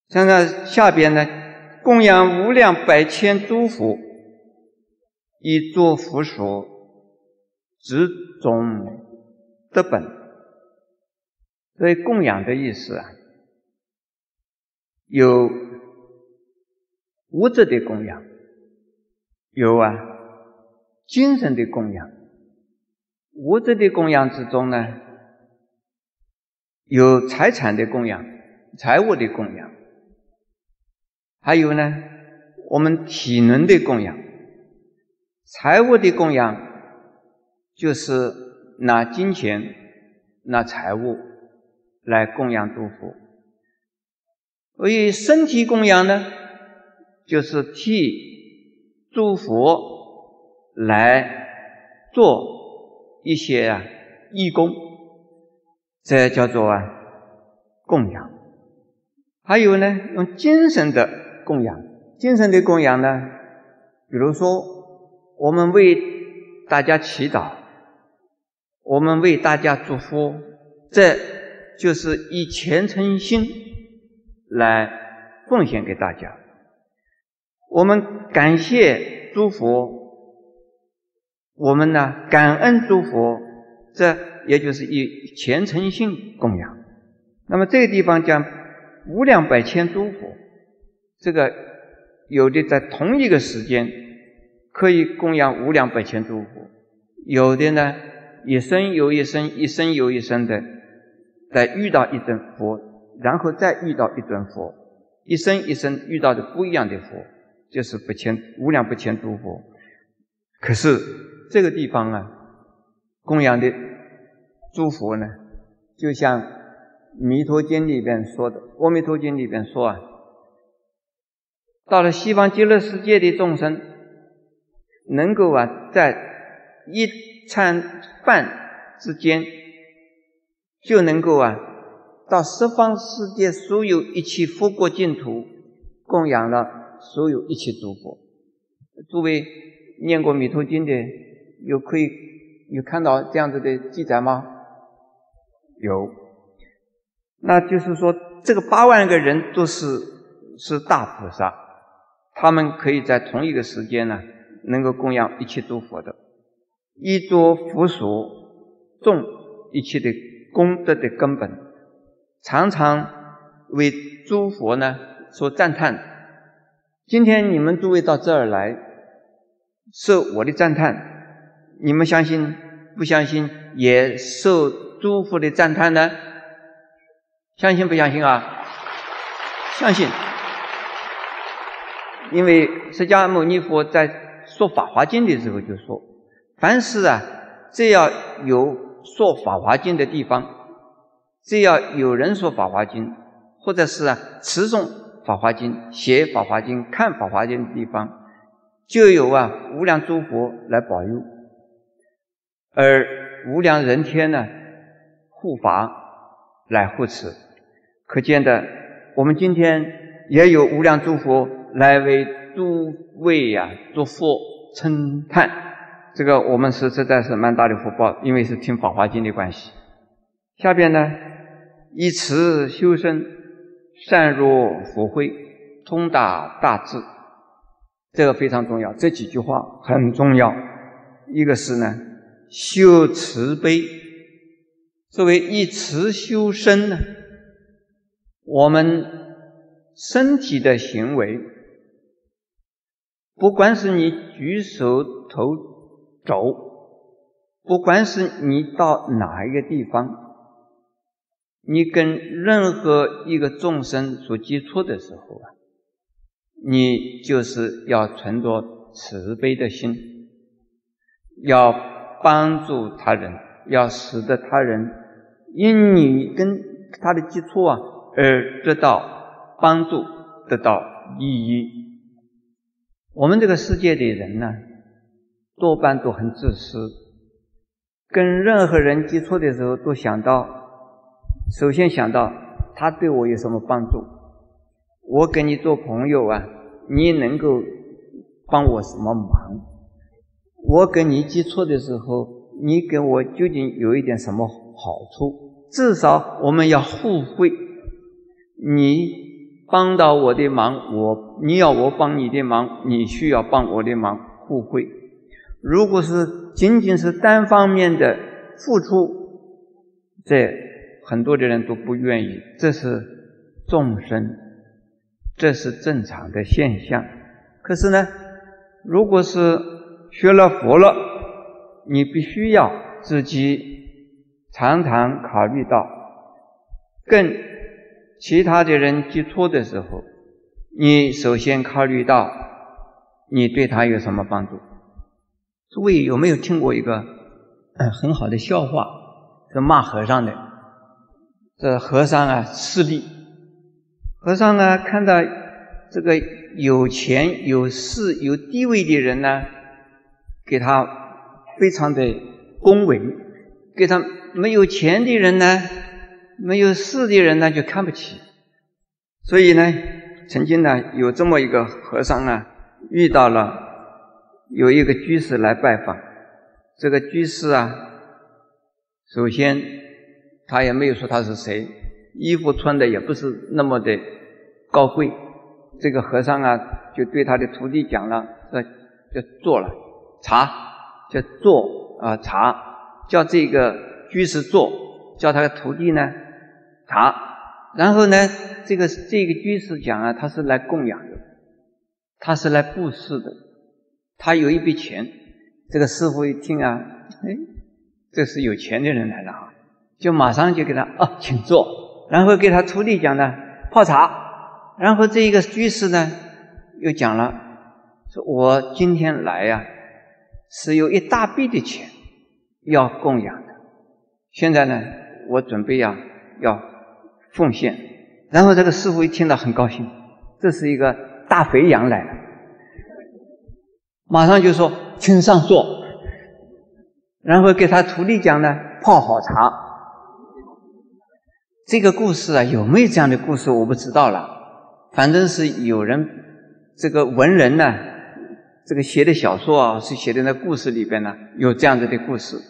现在下边呢，供养无量百千诸佛，以作佛所，执种得本。所以供养的意思啊，有物质的供养，有精神的供养。物质的供养之中呢，有财产的供养，财物的供养，还有呢，我们体能的供养。财物的供养就是拿金钱、拿财物来供养诸佛。所以身体供养呢，就是替诸佛来做一些义工，这叫做供养。还有呢，用精神的供养。精神的供养呢，比如说我们为大家祈祷，我们为大家祝福，这就是以虔诚心来奉献给大家。我们感谢诸佛，我们呢感恩诸佛，这也就是以虔诚心供养。那么这个地方讲无量百千诸佛，这个有的在同一个时间可以供养无量百千诸佛，有的呢一生有一生，一生有一生的再遇到一尊佛，然后再遇到一尊佛，一生一生遇到的不一样的佛，就是无量百千诸佛。可是这个地方供养的诸佛呢，就像弥陀经里边说的，阿弥陀经里边说到了西方极乐世界的众生，能够在一餐饭之间，就能够到十方世界所有一切佛国净土，供养了所有一切诸佛。诸位念过弥陀经的，有看到这样子的记载吗？有。那就是说这个8万个人都是大菩萨，他们可以在同一个时间呢，能够供养一切诸佛的，依作佛所，种一切的功德的根本，常常为诸佛呢所赞叹。今天你们诸位到这儿来受我的赞叹，你们相信不相信也受诸佛的赞叹呢？相信不相信相信。因为释迦牟尼佛在说法华经的时候就说，凡是只要有说法华经的地方，只要有人说法华经，或者是持诵法华经、写法华经、看法华经的地方，就有无量诸佛来保佑，而无量人天呢护法来护持。可见的，我们今天也有无量诸佛来为诸位诸佛称叹，这个我们实在是蛮大的福报，因为是听法华经的关系。下边呢，以此修身，善若佛慧，通达大智，这个非常重要，这几句话很重要。一个是呢，修慈悲。作为以慈修身呢，我们身体的行为，不管是你举手投足，不管是你到哪一个地方，你跟任何一个众生所接触的时候你就是要存着慈悲的心，要帮助他人，要使得他人因你跟他的接触而得到帮助，得到利益。我们这个世界的人呢，多半都很自私，跟任何人接触的时候都首先想到他对我有什么帮助，我跟你做朋友你能够帮我什么忙，我跟你接触的时候，你给我究竟有一点什么好处，至少我们要互惠。你帮到我的忙，你要我帮你的忙，你需要帮我的忙，互惠。如果是仅仅是单方面的付出，这很多的人都不愿意，这是众生，这是正常的现象。可是呢，如果是学了佛了，你必须要自己常常考虑到跟其他的人接触的时候，你首先考虑到你对他有什么帮助。诸位有没有听过一个很好的笑话，是骂和尚的。这和尚啊势利，和尚呢看到这个有钱有势有地位的人呢，给他非常的恭维，给他没有钱的人呢，没有势的人呢就看不起。所以呢，曾经呢有这么一个和尚啊，遇到了有一个居士来拜访。这个居士啊，首先他也没有说他是谁，衣服穿的也不是那么的高贵。这个和尚啊就对他的徒弟讲了，说就做了茶，就做茶，叫这个居士做，叫他的徒弟呢茶。然后呢这个居士讲啊，他是来供养的，他是来布施的，他有一笔钱。这个师父一听啊，这是有钱的人来了啊，就马上就给他请坐。然后给他徒弟讲呢泡茶。然后这一个居士呢又讲了，说我今天来啊是有一大笔的钱要供养的，现在呢我准备要奉献。然后这个师父一听到很高兴，这是一个大肥羊来了，马上就说请上座。然后给他徒弟讲呢泡好茶。这个故事啊有没有这样的故事我不知道了，反正是有人这个文人呢这个写的小说啊，是写的那故事里边呢有这样子的故事，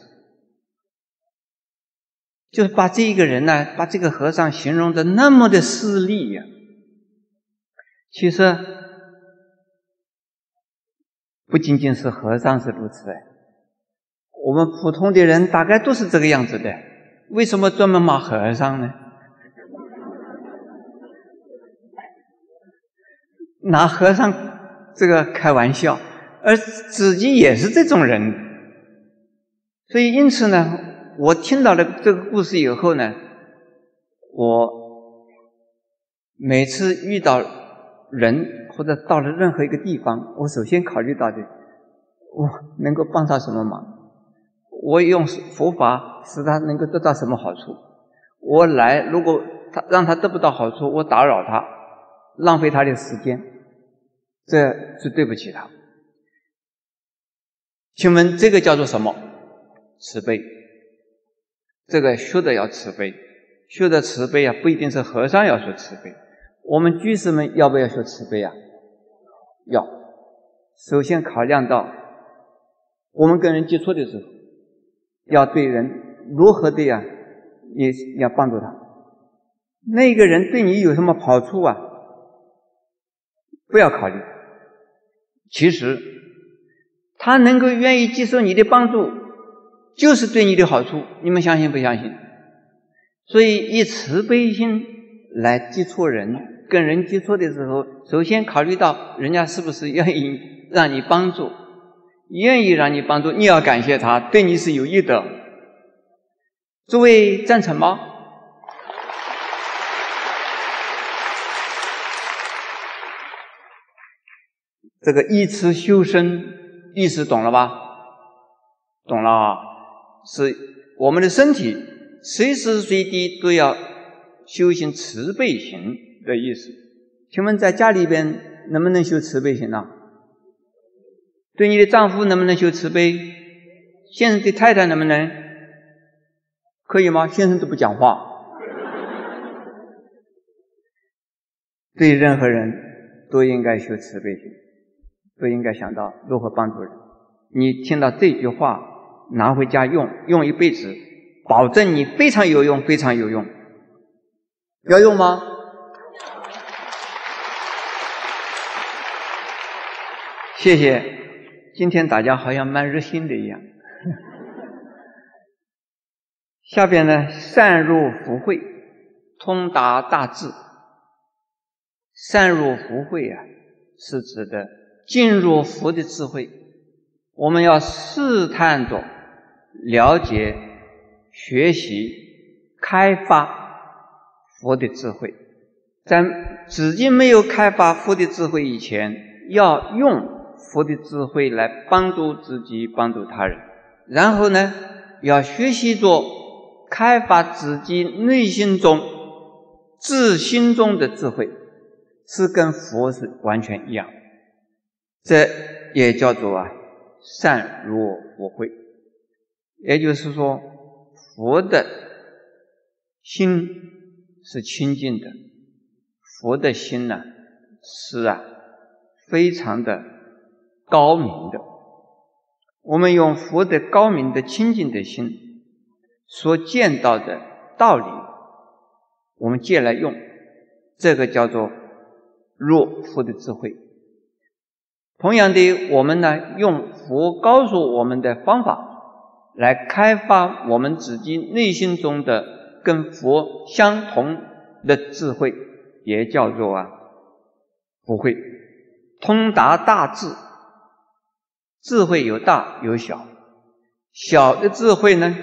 就是把这一个人呢，把这个和尚形容的那么的势利呀。其实不仅仅是和尚是如此，我们普通的人大概都是这个样子的。为什么专门骂和尚呢？拿和尚这个开玩笑，而自己也是这种人。所以因此呢，我听到了这个故事以后呢，我每次遇到人或者到了任何一个地方，我首先考虑到的，我能够帮他什么忙，我用佛法使他能够得到什么好处。我来如果让他得不到好处，我打扰他，浪费他的时间，这是对不起他。请问这个叫做什么？慈悲。这个学的要慈悲，学的慈悲啊，不一定是和尚要学慈悲，我们居士们要不要学慈悲啊？要。首先考量到我们跟人接触的时候，要对人如何的呀，你要帮助他。那个人对你有什么好处啊？不要考虑。其实他能够愿意接受你的帮助，就是对你的好处，你们相信不相信？所以以慈悲心来接触人，跟人接触的时候，首先考虑到人家是不是愿意让你帮助，愿意让你帮助，你要感谢他，对你是有益的。诸位赞成吗？这个依慈修身意思懂了吧？懂了啊，是我们的身体随时随地都要修行慈悲心的意思。请问在家里边能不能修慈悲心呢？对你的丈夫能不能修慈悲？先生对太太能不能？可以吗？先生都不讲话。对任何人都应该修慈悲心，都应该想到如何帮助人。你听到这句话拿回家用一辈子，保证你非常有用，非常有用。要用吗？ 谢谢。今天大家好像蛮热心的一样。下边呢，善入福慧，通达大智。善入福慧啊，是指的进入佛的智慧。我们要试探着了解、学习、开发佛的智慧。在自己没有开发佛的智慧以前，要用佛的智慧来帮助自己，帮助他人。然后呢，要学习着开发自己内心中自心中的智慧，是跟佛是完全一样。这也叫做善入佛慧。也就是说，佛的心是清净的，佛的心呢是非常的高明的。我们用佛的高明的清净的心所见到的道理，我们借来用，这个叫做入佛的智慧。同样的，我们呢用佛告诉我们的方法来开发我们自己内心中的跟佛相同的智慧，也叫做福慧。通达大智，智慧有大有小，小的智慧呢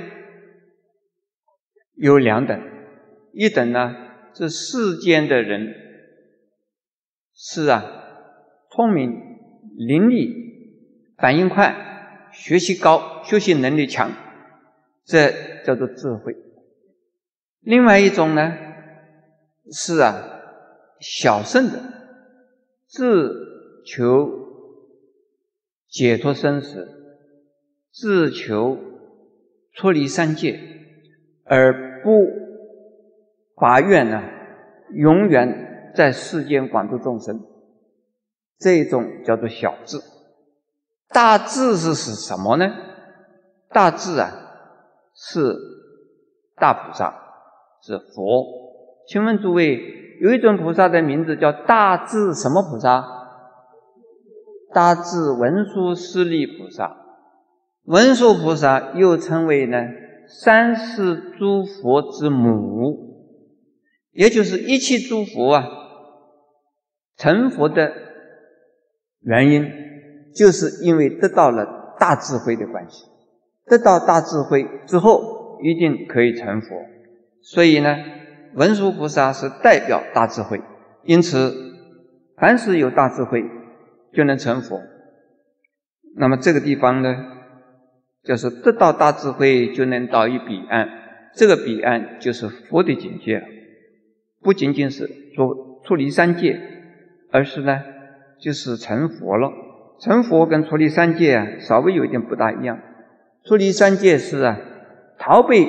有两等，一等呢是世间的人是聪明伶俐，反应快，学习高，学习能力强，这叫做智慧。另外一种呢是小圣的，自求解脱生死，自求脱离三界，而不发愿永远在世间广度众生，这一种叫做小智。大智是什么呢？大智是大菩萨，是佛。请问诸位，有一种菩萨的名字叫大智什么菩萨？大智文殊师利菩萨。文殊菩萨又称为三世诸佛之母，也就是一切诸佛成佛的原因，就是因为得到了大智慧的关系。得到大智慧之后，一定可以成佛。所以呢，文殊菩萨是代表大智慧，因此凡是有大智慧就能成佛。那么这个地方呢，就是得到大智慧就能到于彼岸，这个彼岸就是佛的境界，不仅仅是说出离三界，而是呢就是成佛了。成佛跟出离三界稍微有一点不大一样。出离三界是逃避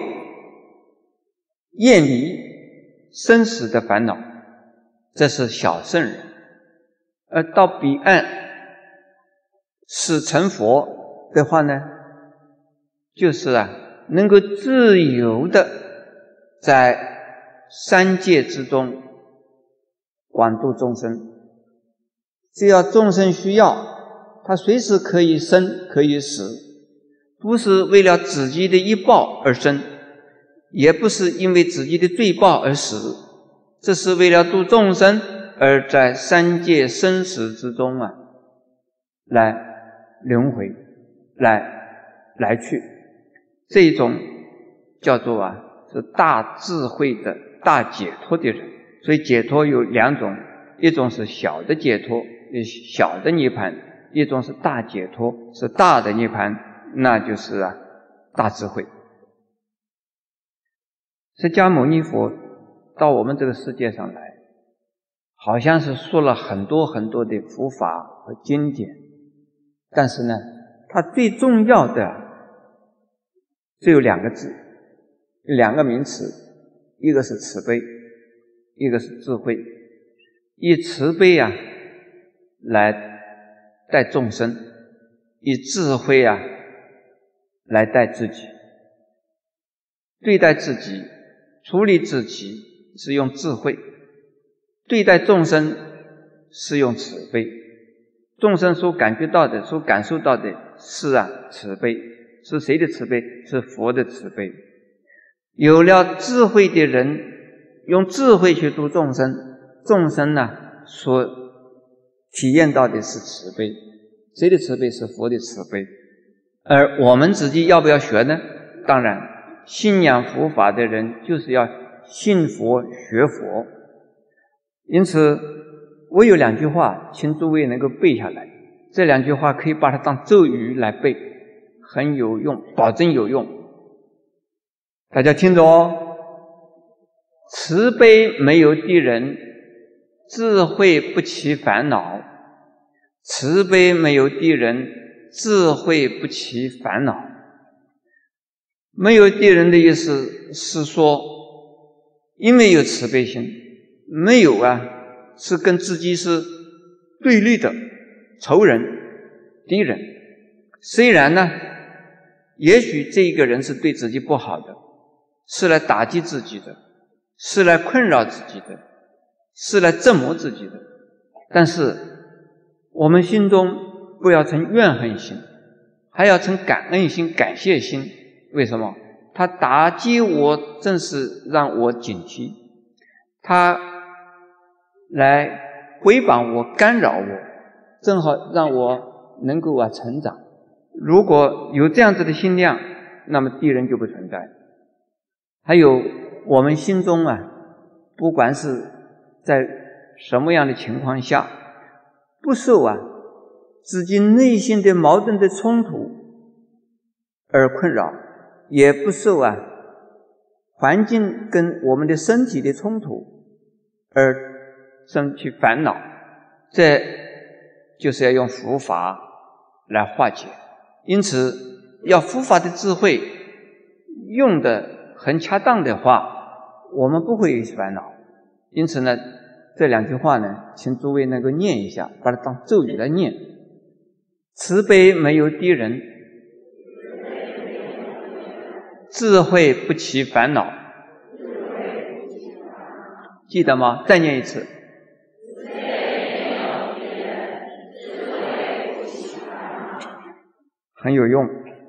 厌离生死的烦恼，这是小圣人。而到彼岸是成佛的话呢，就是能够自由的在三界之中广度众生。只要众生需要，他随时可以生可以死，不是为了自己的一报而生，也不是因为自己的罪报而死，这是为了度众生而在三界生死之中来轮回，来去。这一种叫做是大智慧的大解脱的人。所以解脱有两种，一种是小的解脱，小的涅槃；一种是大解脱，是大的涅槃，那就是大智慧。释迦牟尼佛到我们这个世界上来，好像是说了很多很多的佛法和经典，但是呢，他最重要的只有两个字，两个名词，一个是慈悲，一个是智慧。以慈悲来待众生，以智慧来待自己。对待自己，处理自己是用智慧，对待众生是用慈悲。 众生所感觉到的、所感受到的是慈悲，是谁的慈悲？是佛的慈悲。有了智慧的人，用智慧去度众生，众生所体验到的是慈悲。谁的慈悲？是佛的慈悲。而我们自己要不要学呢？当然，信仰佛法的人就是要信佛学佛。因此我有2句话，请诸位能够背下来。这2句话可以把它当咒语来背，很有用，保证有用。大家听着哦，慈悲没有敌人，智慧不起烦恼。慈悲没有敌人，智慧不起烦恼。没有敌人的意思是说，因为有慈悲心，没有是跟自己是对立的仇人、敌人。虽然也许这一个人是对自己不好的，是来打击自己的，是来困扰自己的，是来折磨自己的，但是我们心中不要存怨恨心，还要存感恩心、感谢心。为什么？他打击我，正是让我警惕；他来回谤我、干扰我，正好让我能够成长。如果有这样子的心量，那么敌人就不存在。还有我们心中不管是在什么样的情况下，不受自己内心的矛盾的冲突而困扰，也不受环境跟我们的身体的冲突而生起烦恼。这就是要用佛法来化解。因此要佛法的智慧用得很恰当的话，我们不会有烦恼。因此这2句话请诸位能够念一下，把它当咒语来念。慈悲没有敌人，智慧不起烦恼。记得吗？再念一次。很有用。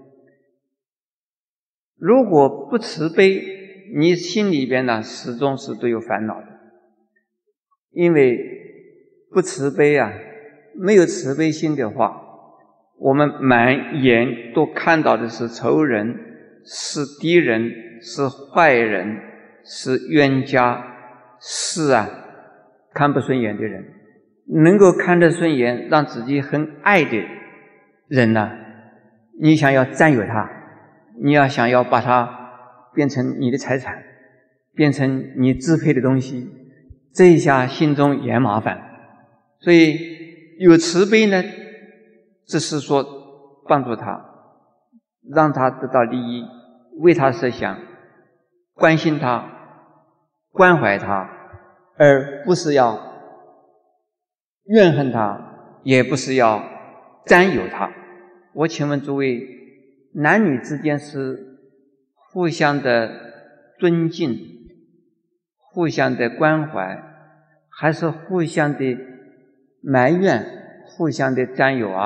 如果不慈悲，你心里边始终是都有烦恼的。因为不慈悲没有慈悲心的话，我们满眼都看到的是仇人，是敌人，是坏人，是冤家，是看不顺眼的人。能够看得顺眼，让自己很爱的人你想要占有他，你要想要把他变成你的财产，变成你支配的东西，这一下心中也麻烦。所以有慈悲只是说帮助他，让他得到利益，为他设想，关心他，关怀他，而不是要怨恨他，也不是要占有他。我请问诸位，男女之间是互相的尊敬，互相的关怀，还是互相的埋怨，互相的占有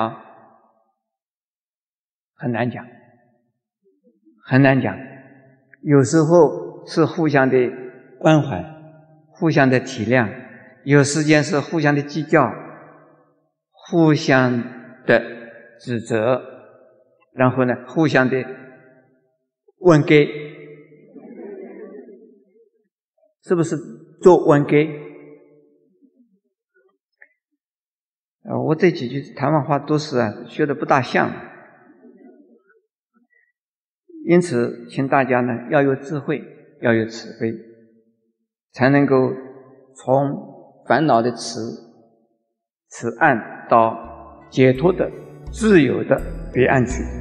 很难讲，很难讲。有时候是互相的关怀，互相的体谅，有时间是互相的计较，互相的指责，然后互相的问给，是不是做问给？我这几句谈话都是学的不大像。因此请大家要有智慧，要有慈悲，才能够从烦恼的此岸到解脱的自由的彼岸去。